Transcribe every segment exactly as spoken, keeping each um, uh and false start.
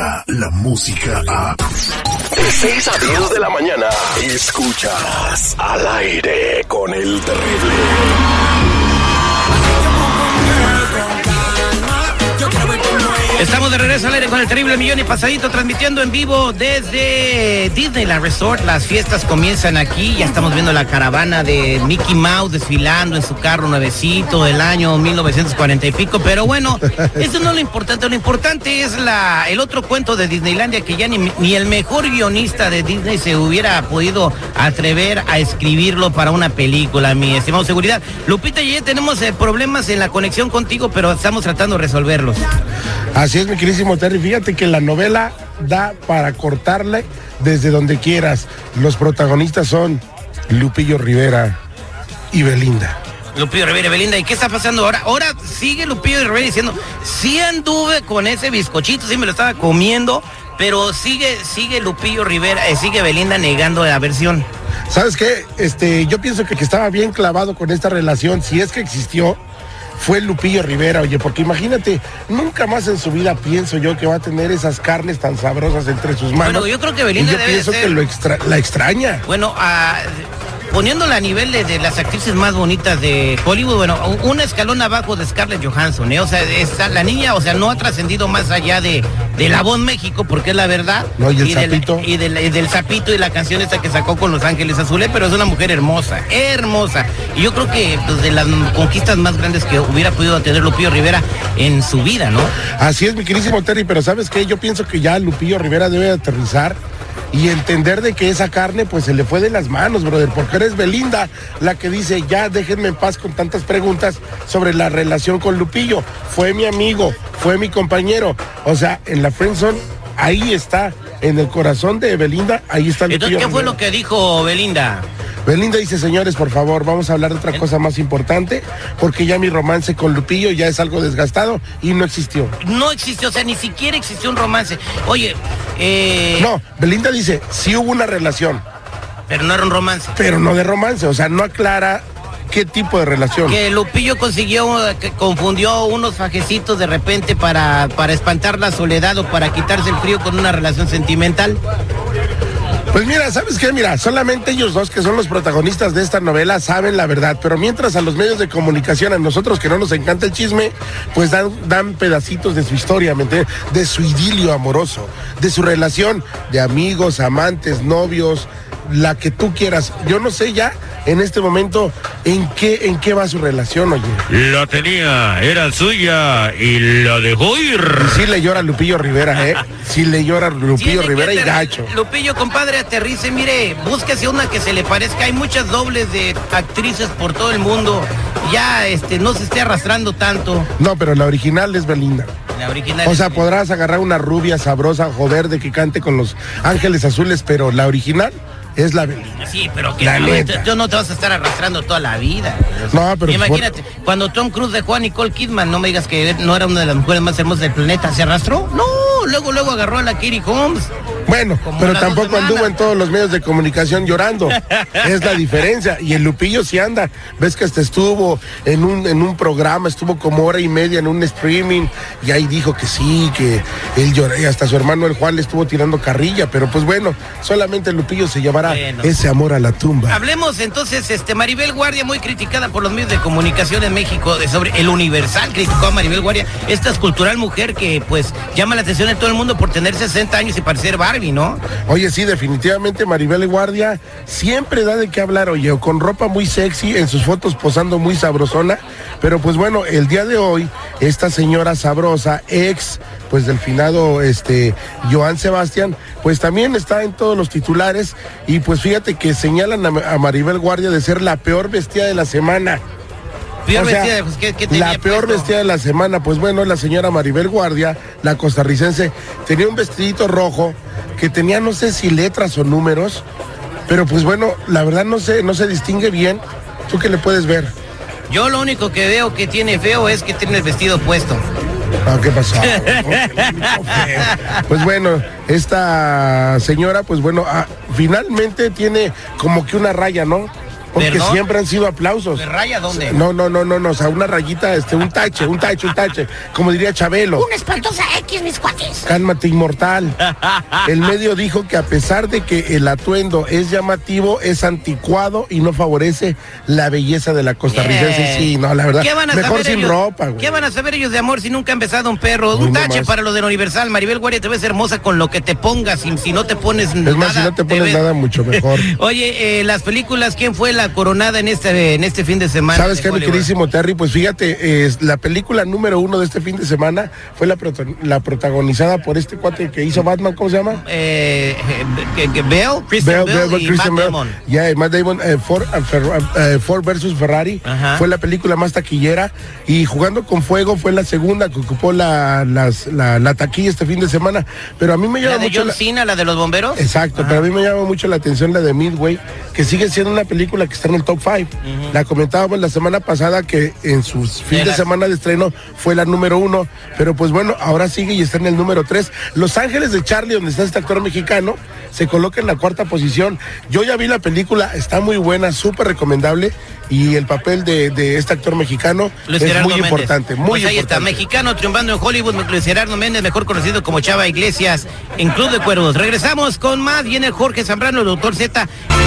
Llega la música a... De seis a diez de la mañana, escuchas Al Aire con el Terrible. Estamos de regreso al aire con el Terrible Millón y Pasadito, transmitiendo en vivo desde Disneyland Resort. Las fiestas comienzan aquí, ya estamos viendo la caravana de Mickey Mouse desfilando en su carro nuevecito del año mil novecientos cuarenta y pico, pero bueno, eso no es lo importante, lo importante es la el otro cuento de Disneylandia que ya ni, ni el mejor guionista de Disney se hubiera podido atrever a escribirlo para una película, mi estimado Seguridad. Lupita, ya tenemos eh, problemas en la conexión contigo, pero estamos tratando de resolverlos. Así es, mi queridísimo Terry, fíjate que la novela da para cortarle desde donde quieras. Los protagonistas son Lupillo Rivera y Belinda. Lupillo Rivera y Belinda, ¿y qué está pasando ahora? Ahora sigue Lupillo Rivera diciendo, sí anduve con ese bizcochito, sí me lo estaba comiendo, pero sigue, sigue Lupillo Rivera, eh, sigue Belinda negando la versión. ¿Sabes qué? Este, yo pienso que, que estaba bien clavado con esta relación, si es que existió, fue Lupillo Rivera, oye, porque imagínate, nunca más en su vida pienso yo que va a tener esas carnes tan sabrosas entre sus manos. Bueno, yo creo que Belinda y yo debe pienso ser... que lo extra... la extraña. Bueno, a... poniéndola a nivel de, de las actrices más bonitas de Hollywood, bueno, un escalón abajo de Scarlett Johansson, ¿eh? O sea, esa, la niña, o sea, no ha trascendido más allá de, de La Voz México, porque es la verdad. No, y el y sapito. Del, y, del, y del sapito y la canción esta que sacó con Los Ángeles Azules, pero es una mujer hermosa, hermosa. Y yo creo que pues, de las conquistas más grandes que hubiera podido tener Lupillo Rivera en su vida, ¿no? Así es, mi queridísimo Terry, pero ¿sabes qué? Yo pienso que ya Lupillo Rivera debe aterrizar y entender de que esa carne pues se le fue de las manos, brother, porque eres Belinda la que dice, ya déjenme en paz con tantas preguntas sobre la relación con Lupillo. Fue mi amigo, fue mi compañero, o sea, en la friendzone, ahí está, en el corazón de Belinda, ahí está Lupillo. Entonces, ¿qué fue Rivera. lo que dijo Belinda? Belinda dice, señores, por favor, vamos a hablar de otra cosa más importante, porque ya mi romance con Lupillo ya es algo desgastado y no existió. No existió, o sea, ni siquiera existió un romance. Oye, eh... No, Belinda dice, sí hubo una relación. Pero no era un romance. Pero no de romance, o sea, no aclara qué tipo de relación. Que Lupillo consiguió, que confundió unos fajecitos de repente para, para espantar la soledad o para quitarse el frío con una relación sentimental. Pues mira, ¿sabes qué? Mira, solamente ellos dos, que son los protagonistas de esta novela, saben la verdad, pero mientras a los medios de comunicación, a nosotros que no nos encanta el chisme, pues dan, dan pedacitos de su historia, ¿me entiendes? De su idilio amoroso, de su relación de amigos, amantes, novios, la que tú quieras. Yo no sé ya en este momento en qué, en qué va su relación, oye. La tenía, era suya y la dejó ir. Y sí le llora Lupillo Rivera, ¿eh? Sí le llora Lupillo Rivera y gacho. Lupillo, compadre, aterrice, mire, búsquese una que se le parezca. Hay muchas dobles de actrices por todo el mundo. Ya, este, no se esté arrastrando tanto. No, pero la original es Belinda. La original. O sea, es... podrás agarrar una rubia sabrosa, joder, de que cante con Los Ángeles Azules, pero la original es la Belinda. Sí, pero que la no, neta. Yo no te vas a estar arrastrando toda la vida. No, pero imagínate, por... cuando Tom Cruise dejó a Nicole Kidman, no me digas que no era una de las mujeres más hermosas del planeta, ¿se arrastró? No, luego, luego agarró a la Katie Holmes. Bueno, pero tampoco anduvo en todos los medios de comunicación llorando. Es la diferencia. Y el Lupillo sí anda. Ves que hasta estuvo en un, en un programa, estuvo como hora y media en un streaming, y ahí dijo que sí, que él lloró, y hasta su hermano el Juan le estuvo tirando carrilla, pero pues bueno, solamente el Lupillo se llevará bueno. ese amor a la tumba. Hablemos entonces, este Maribel Guardia, muy criticada por los medios de comunicación en México, de sobre el Universal, criticó a Maribel Guardia, esta escultural mujer que pues llama la atención de todo el mundo por tener sesenta años y parecer Barbie, ¿no? Oye, sí, definitivamente Maribel Guardia siempre da de qué hablar, oye, o con ropa muy sexy, en sus fotos posando muy sabrosona, pero pues bueno, el día de hoy, esta señora sabrosa, ex, pues del finado, este, Joan Sebastián, pues también está en todos los titulares, y pues fíjate que señalan a, a Maribel Guardia de ser la peor vestida de la semana. Peor o sea, vestida, pues, ¿qué, qué tenía la peor puesto? vestida de la semana, pues bueno, la señora Maribel Guardia, la costarricense, tenía un vestidito rojo que tenía no sé si letras o números, pero pues bueno, la verdad no sé, no se distingue bien. ¿Tú qué le puedes ver? Yo lo único que veo que tiene feo es que tiene el vestido puesto. Ah, ¿qué pasó? Pues bueno, esta señora, pues bueno, ah, finalmente tiene como que una raya, ¿no? Porque ¿Perdón? siempre han sido aplausos. ¿De raya dónde? No, no, no, no, no, o sea, una rayita, este, un tache, un tache, un tache, como diría Chabelo. Una espantosa X, mis cuates. Cálmate, inmortal. El medio dijo que a pesar de que el atuendo es llamativo, es anticuado y no favorece la belleza de la costarricense. Yeah. Sí, no, la verdad, ¿Qué van a mejor saber sin ellos? ropa, güey. ¿Qué van a saber ellos de amor si nunca han besado un perro? Muy Un tache nomás. para lo del Universal. Maribel Guardia, te ves hermosa con lo que te pongas. Y si no te pones nada. Es más, si no te pones ves- nada, mucho mejor. Oye, eh, las películas, ¿quién fue la coronada en este, en este fin de semana? ¿Sabes de qué, mi Hollywood? queridísimo Terry? Pues fíjate, eh, la película número uno de este fin de semana fue la, prota- la protagonizada por este cuate que hizo Batman, ¿cómo se llama? Eh, eh, eh, Bell, Christian Bell, y Christian Matt Bale. Damon. Ya, y Matt Damon, eh, Ford, eh, Ferra- eh, Ford versus Ferrari. Ajá. Fue la película más taquillera. Y Jugando con Fuego fue la segunda que ocupó la, las- la, la taquilla este fin de semana. Pero a mí me llama ¿La de mucho... John la- Cena, la de los bomberos? Exacto, Ajá. pero a mí me llama mucho la atención la de Midway, que sigue siendo una película que está en el top cinco. La comentábamos la semana pasada que en su fin De de las- semana de estreno fue la número uno, pero pues bueno, ahora sigue y está en el número tres. Los Ángeles de Charlie, donde está este actor mexicano, se coloca en la cuarta posición. Yo ya vi la película, está muy buena, súper recomendable, y el papel de, de este actor mexicano Luis es Gerardo muy Méndez. importante, muy Pues ahí está, importante. mexicano triunfando en Hollywood, Luis Gerardo Méndez, mejor conocido como Chava Iglesias, en Club de Cuervos. Regresamos con más, viene Jorge Zambrano, el doctor Z.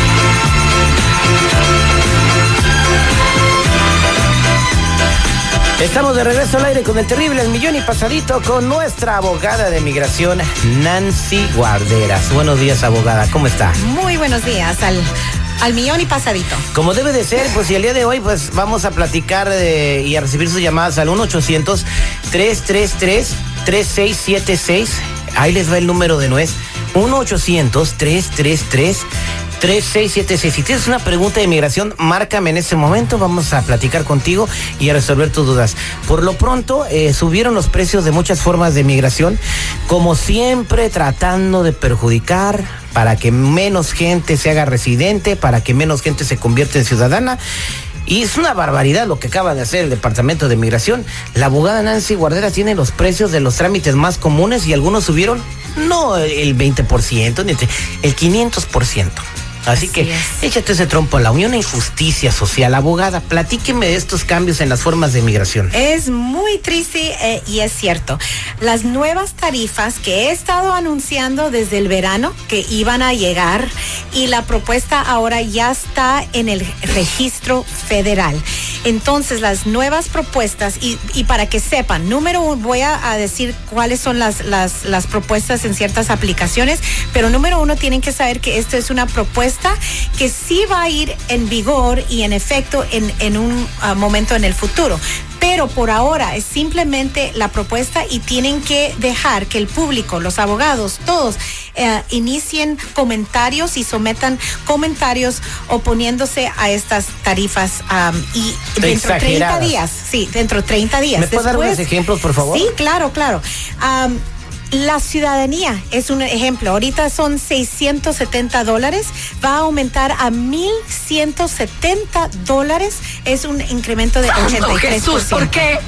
Estamos de regreso al aire con el terrible El Millón y Pasadito con nuestra abogada de migración, Nancy Guarderas. Buenos días, abogada, ¿cómo está? Muy buenos días al, al millón y pasadito. Como debe de ser, pues y el día de hoy pues vamos a platicar de, y a recibir sus llamadas al uno ochocientos, tres tres tres, tres seis siete seis. Ahí les va el número de nuez. uno ochocientos, tres tres tres, tres seis siete seis. Si tienes una pregunta de inmigración, márcame en ese momento. Vamos a platicar contigo y a resolver tus dudas. Por lo pronto, eh, subieron los precios de muchas formas de migración, como siempre tratando de perjudicar para que menos gente se haga residente, para que menos gente se convierta en ciudadana. Y es una barbaridad lo que acaba de hacer el Departamento de Migración. La abogada Nancy Guarderas tiene los precios de los trámites más comunes y algunos subieron, no el veinte por ciento, ni el quinientos por ciento. Así, Así que es. échate ese trompo a la Unión e Injusticia Social. Abogada, platíqueme de estos cambios en las formas de migración. Es muy triste eh, y es cierto. Las nuevas tarifas que he estado anunciando desde el verano que iban a llegar, y la propuesta ahora ya está en el registro federal. Entonces, las nuevas propuestas, y, y para que sepan, número uno, voy a, a decir cuáles son las, las, las propuestas en ciertas aplicaciones, pero número uno, tienen que saber que esto es una propuesta que sí va a ir en vigor y en efecto en, en un uh, momento en el futuro. Pero por ahora es simplemente la propuesta y tienen que dejar que el público, los abogados, todos eh, inicien comentarios y sometan comentarios oponiéndose a estas tarifas um, y dentro de treinta días. Sí, dentro de treinta días. ¿Me puedes dar unos Después- ejemplos, por favor? Sí, claro, claro. Um, La ciudadanía es un ejemplo. Ahorita son seiscientos setenta dólares. Va a aumentar a mil ciento setenta dólares. Es un incremento de ochenta y tres por ciento. Jesús, ¿por qué?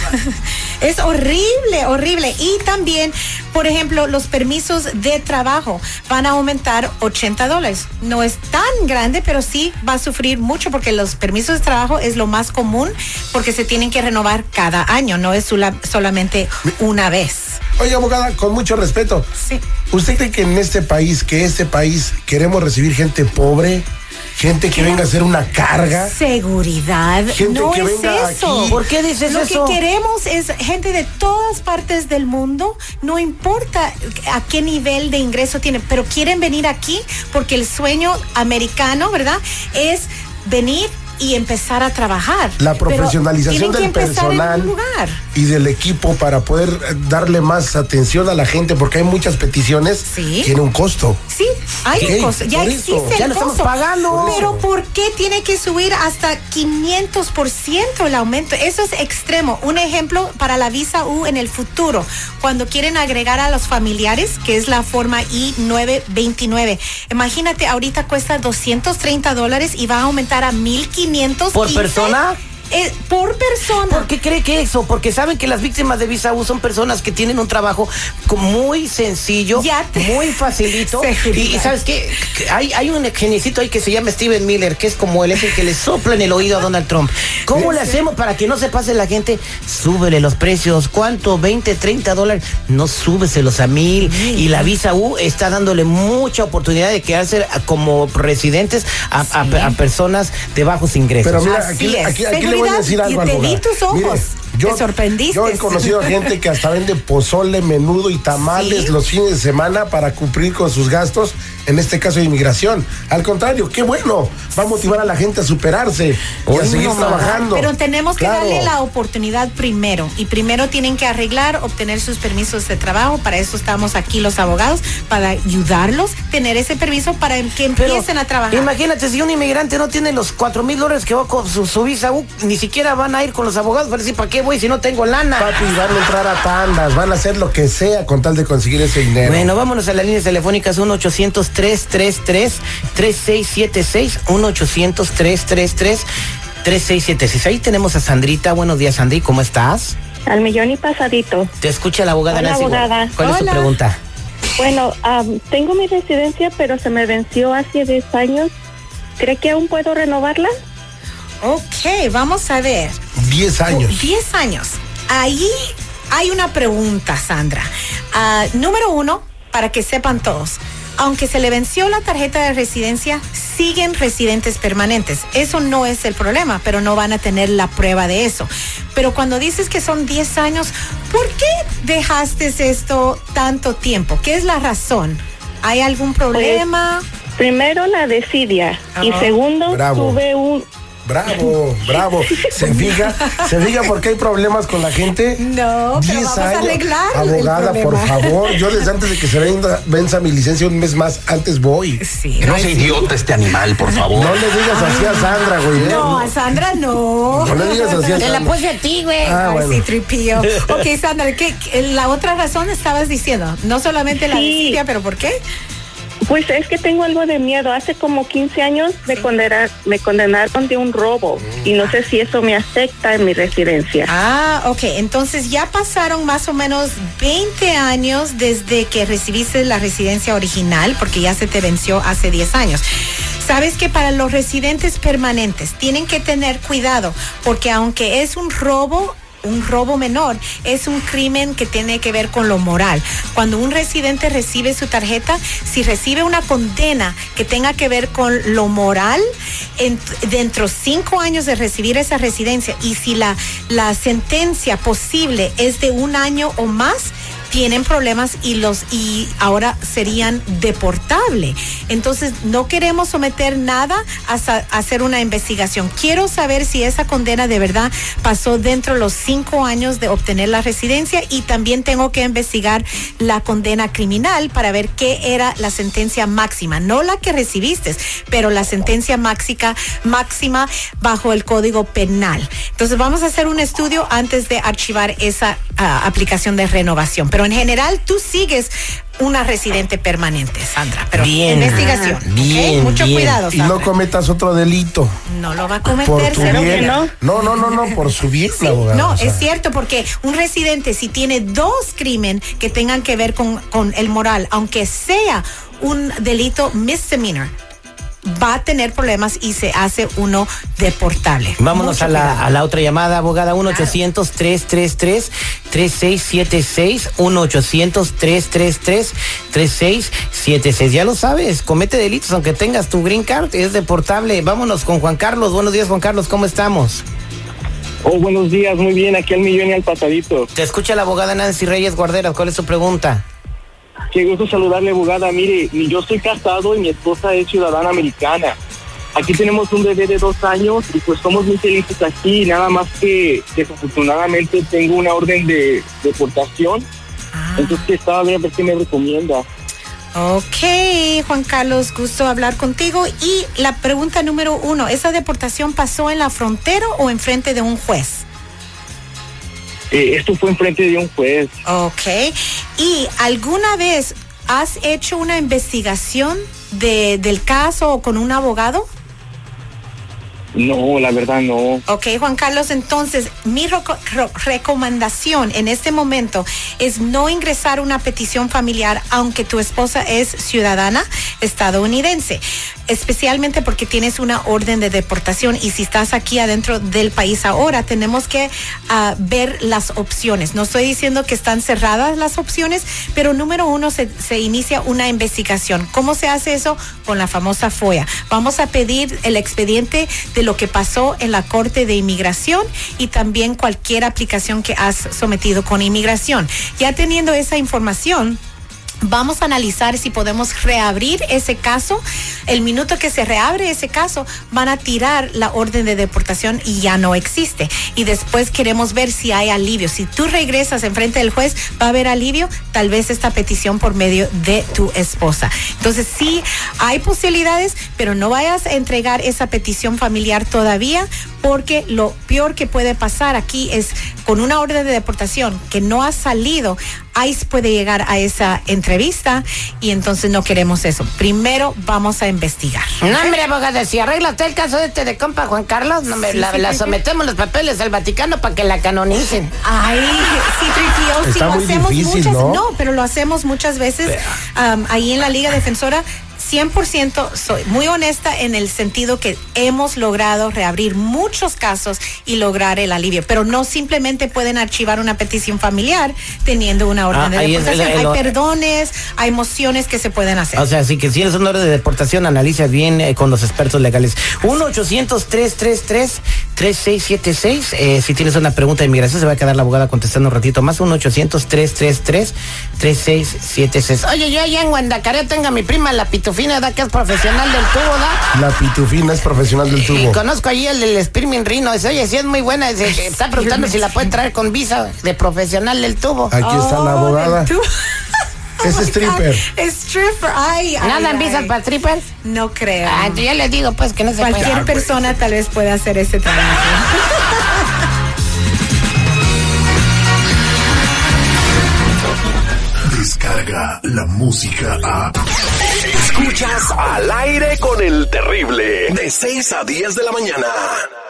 Es horrible, horrible. Y también, por ejemplo, los permisos de trabajo van a aumentar ochenta dólares. No es tan grande, pero sí va a sufrir mucho porque los permisos de trabajo es lo más común porque se tienen que renovar cada año, no es sola- solamente una vez. Oye, abogada, con mucho respeto, Sí. ¿usted cree que en este país, que este país, queremos recibir gente pobre? Gente que venga a hacer una carga. Seguridad. Gente no que es venga eso. aquí. ¿Por qué dices Lo eso? que queremos es gente de todas partes del mundo, no importa a qué nivel de ingreso tienen, pero quieren venir aquí porque el sueño americano, ¿verdad? Es venir y empezar a trabajar. La Pero profesionalización tienen que del empezar en personal un lugar. y del equipo para poder eh, darle más atención a la gente, porque hay muchas peticiones. Sí. Tiene un costo. Sí, hay Ok, un costo, ya por eso. existe Ya el lo estamos costo. pagando. Por Pero eso. ¿por qué tiene que subir hasta quinientos por ciento el aumento? Eso es extremo. Un ejemplo para la visa U en el futuro, cuando quieren agregar a los familiares, que es la forma I nueve veintinueve. Imagínate, ahorita cuesta doscientos treinta dólares y va a aumentar a mil quinientos. ¿Por persona? Eh, por persona. ¿Por qué cree que eso? Porque saben que las víctimas de visa U son personas que tienen un trabajo muy sencillo, te... muy facilito. y, y ¿sabes qué? Hay, hay un geniecito ahí que se llama Steven Miller, que es como él, es el que le sopla en el oído a Donald Trump. ¿Cómo le hacemos para que no se pase la gente? Súbele los precios. ¿Cuánto? veinte, treinta dólares. No, súbeselos a mil. Sí. Y la visa U está dándole mucha oportunidad de quedarse como residentes a, sí. a, a personas de bajos ingresos. Pero mira, aquí, aquí, aquí le voy a decir algo. Y te vi tus ojos. Mire, Yo, te sorprendiste. Yo he conocido gente que hasta vende pozole, menudo y tamales ¿Sí? los fines de semana para cumplir con sus gastos, en este caso de inmigración. Al contrario, qué bueno, va a motivar a la gente a superarse y Oye, a seguir no, trabajando. Pero tenemos que claro. darle la oportunidad primero, y primero tienen que arreglar, obtener sus permisos de trabajo. Para eso estamos aquí los abogados, para ayudarlos a tener ese permiso para que empiecen pero, a trabajar. Imagínate, si un inmigrante no tiene los cuatro mil dólares que va con su, su visa U, ni siquiera van a ir con los abogados para decir, ¿para qué voy si no tengo lana? Papi, van a entrar a tandas, van a hacer lo que sea con tal de conseguir ese dinero. Bueno, vámonos a las líneas telefónicas uno ochocientos, tres tres tres, tres seis siete seis, uno ochocientos, tres tres tres, tres seis siete seis. Ahí tenemos a Sandrita. Buenos días, Sandri, ¿cómo estás? Al millón y pasadito. Te escucha la abogada Hola, Nancy. abogada. ¿Cuál Hola. es su pregunta? Bueno, um, tengo mi residencia, pero se me venció hace diez años. ¿Cree que aún puedo renovarla? Ok, vamos a ver. diez años. diez años. Ahí hay una pregunta, Sandra. Uh, número uno, para que sepan todos, aunque se le venció la tarjeta de residencia, siguen residentes permanentes. Eso no es el problema, pero no van a tener la prueba de eso. Pero cuando dices que son diez años, ¿por qué dejaste esto tanto tiempo? ¿Qué es la razón? ¿Hay algún problema? Pues, primero la desidia. Uh-huh. Y segundo, Bravo. tuve un... Bravo, bravo. ¿Se fija? ¿Se fija por qué hay problemas con la gente? No, pero vamos años. a arreglar. Abogada, por favor. Yo desde antes de que se venza, venza mi licencia un mes más, antes voy. Sí, no es idiota este animal, por favor. No le digas así a Sandra, güey. ¿eh? No, a Sandra no. No le digas así a Sandra. Te la puse a ti, güey. Ah, Ay, bueno. sí, tripío. Ok, Sandra, ¿qué, qué, la otra razón estabas diciendo? No solamente la sí. desidia, pero ¿por qué? Pues es que tengo algo de miedo. Hace como quince años me, condenar, me condenaron de un robo y no sé si eso me afecta en mi residencia. Ah, ok. Entonces ya pasaron más o menos veinte años desde que recibiste la residencia original, porque ya se te venció hace diez años. Sabes que para los residentes permanentes tienen que tener cuidado, porque aunque es un robo, un robo menor, es un crimen que tiene que ver con lo moral. Cuando un residente recibe su tarjeta, si recibe una condena que tenga que ver con lo moral, en, dentro de cinco años de recibir esa residencia, y si la, la sentencia posible es de un año o más, tienen problemas y los y ahora serían deportables. Entonces no queremos someter nada hasta hacer una investigación. Quiero saber si esa condena de verdad pasó dentro de los cinco años de obtener la residencia, y también tengo que investigar la condena criminal para ver qué era la sentencia máxima, no la que recibiste, pero la sentencia máxima máxima bajo el Código Penal. Entonces vamos a hacer un estudio antes de archivar esa uh, aplicación de renovación. Pero en general tú sigues una residente permanente, Sandra. Pero bien, investigación. Bien, ¿okay? Mucho bien. cuidado, Sandra. Y no cometas otro delito. No lo va a cometer. Por tu bien. No. no, no, no, no, por su bien, Sí, abogada. no, o sea. es cierto, porque un residente, si tiene dos crímenes que tengan que ver con, con el moral, aunque sea un delito misdemeanor, va a tener problemas y se hace uno deportable. Vámonos Mucho a la, cuidado. a la otra llamada, abogada. uno ochocientos, tres tres tres, tres seis siete seis, uno ochocientos, tres tres tres, tres seis siete seis. Ya lo sabes, comete delitos aunque tengas tu green card, es deportable. Vámonos con Juan Carlos. Buenos días, Juan Carlos, ¿cómo estamos? Oh, buenos días, muy bien, aquí al millón y al pasadito. Te escucha la abogada Nancy Reyes Guarderas. ¿Cuál es su pregunta? Qué gusto saludarle, abogada. Mire, yo estoy casado y mi esposa es ciudadana americana. Aquí tenemos un bebé de dos años y pues somos muy felices aquí, nada más que desafortunadamente tengo una orden de deportación. Ah. Entonces estaba bien a ver qué me recomienda. Ok, Juan Carlos, gusto hablar contigo. Y la pregunta número uno, ¿esa deportación pasó en la frontera o enfrente de un juez? Eh, esto fue enfrente de un juez. Ok. ¿Y alguna vez has hecho una investigación de, del caso o con un abogado? No, la verdad no. Ok, Juan Carlos, entonces mi reco- re- recomendación en este momento es no ingresar una petición familiar aunque tu esposa es ciudadana estadounidense, especialmente porque tienes una orden de deportación y si estás aquí adentro del país ahora, tenemos que uh, ver las opciones. No estoy diciendo que están cerradas las opciones, pero número uno, se, se inicia una investigación. ¿Cómo se hace eso? Con la famosa FOIA. Vamos a pedir el expediente de lo que pasó en la Corte de Inmigración y también cualquier aplicación que has sometido con inmigración. Ya teniendo esa información, vamos a analizar si podemos reabrir ese caso. El minuto que se reabre ese caso, van a tirar la orden de deportación y ya no existe. Y después queremos ver si hay alivio. Si tú regresas enfrente del juez, va a haber alivio, tal vez esta petición por medio de tu esposa. Entonces sí, hay posibilidades, pero no vayas a entregar esa petición familiar todavía, porque lo peor que puede pasar aquí es con una orden de deportación que no ha salido, ICE puede llegar a esa entrevista y entonces no queremos eso. Primero vamos a investigar. No, hombre, abogada, si arregla usted el caso de este de compa Juan Carlos, no, me, sí, la, sí, la sometemos los papeles al Vaticano para que la canonicen. Ay, sí, Tripio, sí lo hacemos difícil, muchas, ¿no? no, pero lo hacemos muchas veces um, ahí en la Liga Defensora. cien por ciento soy muy honesta en el sentido que hemos logrado reabrir muchos casos y lograr el alivio, pero no simplemente pueden archivar una petición familiar teniendo una orden ah, de deportación. Es, el, el, hay perdones, hay mociones que se pueden hacer. O sea, así que si eres una orden de deportación, analiza bien eh, con los expertos legales. uno ochocientos, tres tres tres, tres seis siete seis. Eh, si tienes una pregunta de inmigración, se va a quedar la abogada contestando un ratito más. uno ochocientos, tres tres tres, tres seis siete seis. Oye, yo allá en Guandacaré tengo a mi prima la Pitufina, ¿da? Que es profesional del tubo, ¿da? La Pitufina es profesional del tubo. Y conozco allí el del Spearmint Rhino. Dice, oye, sí es muy buena. Dice, está preguntando si la puede traer con visa de profesional del tubo. Aquí oh, está la abogada. Es stripper. Stripper, ay, ay. ¿Nada en visas para strippers? No creo. Ah, yo ya le digo, pues, que no se puede. Cualquier persona tal vez pueda hacer ese trabajo. Descarga la música a... Escuchas Al Aire con el Terrible, de seis a diez de la mañana.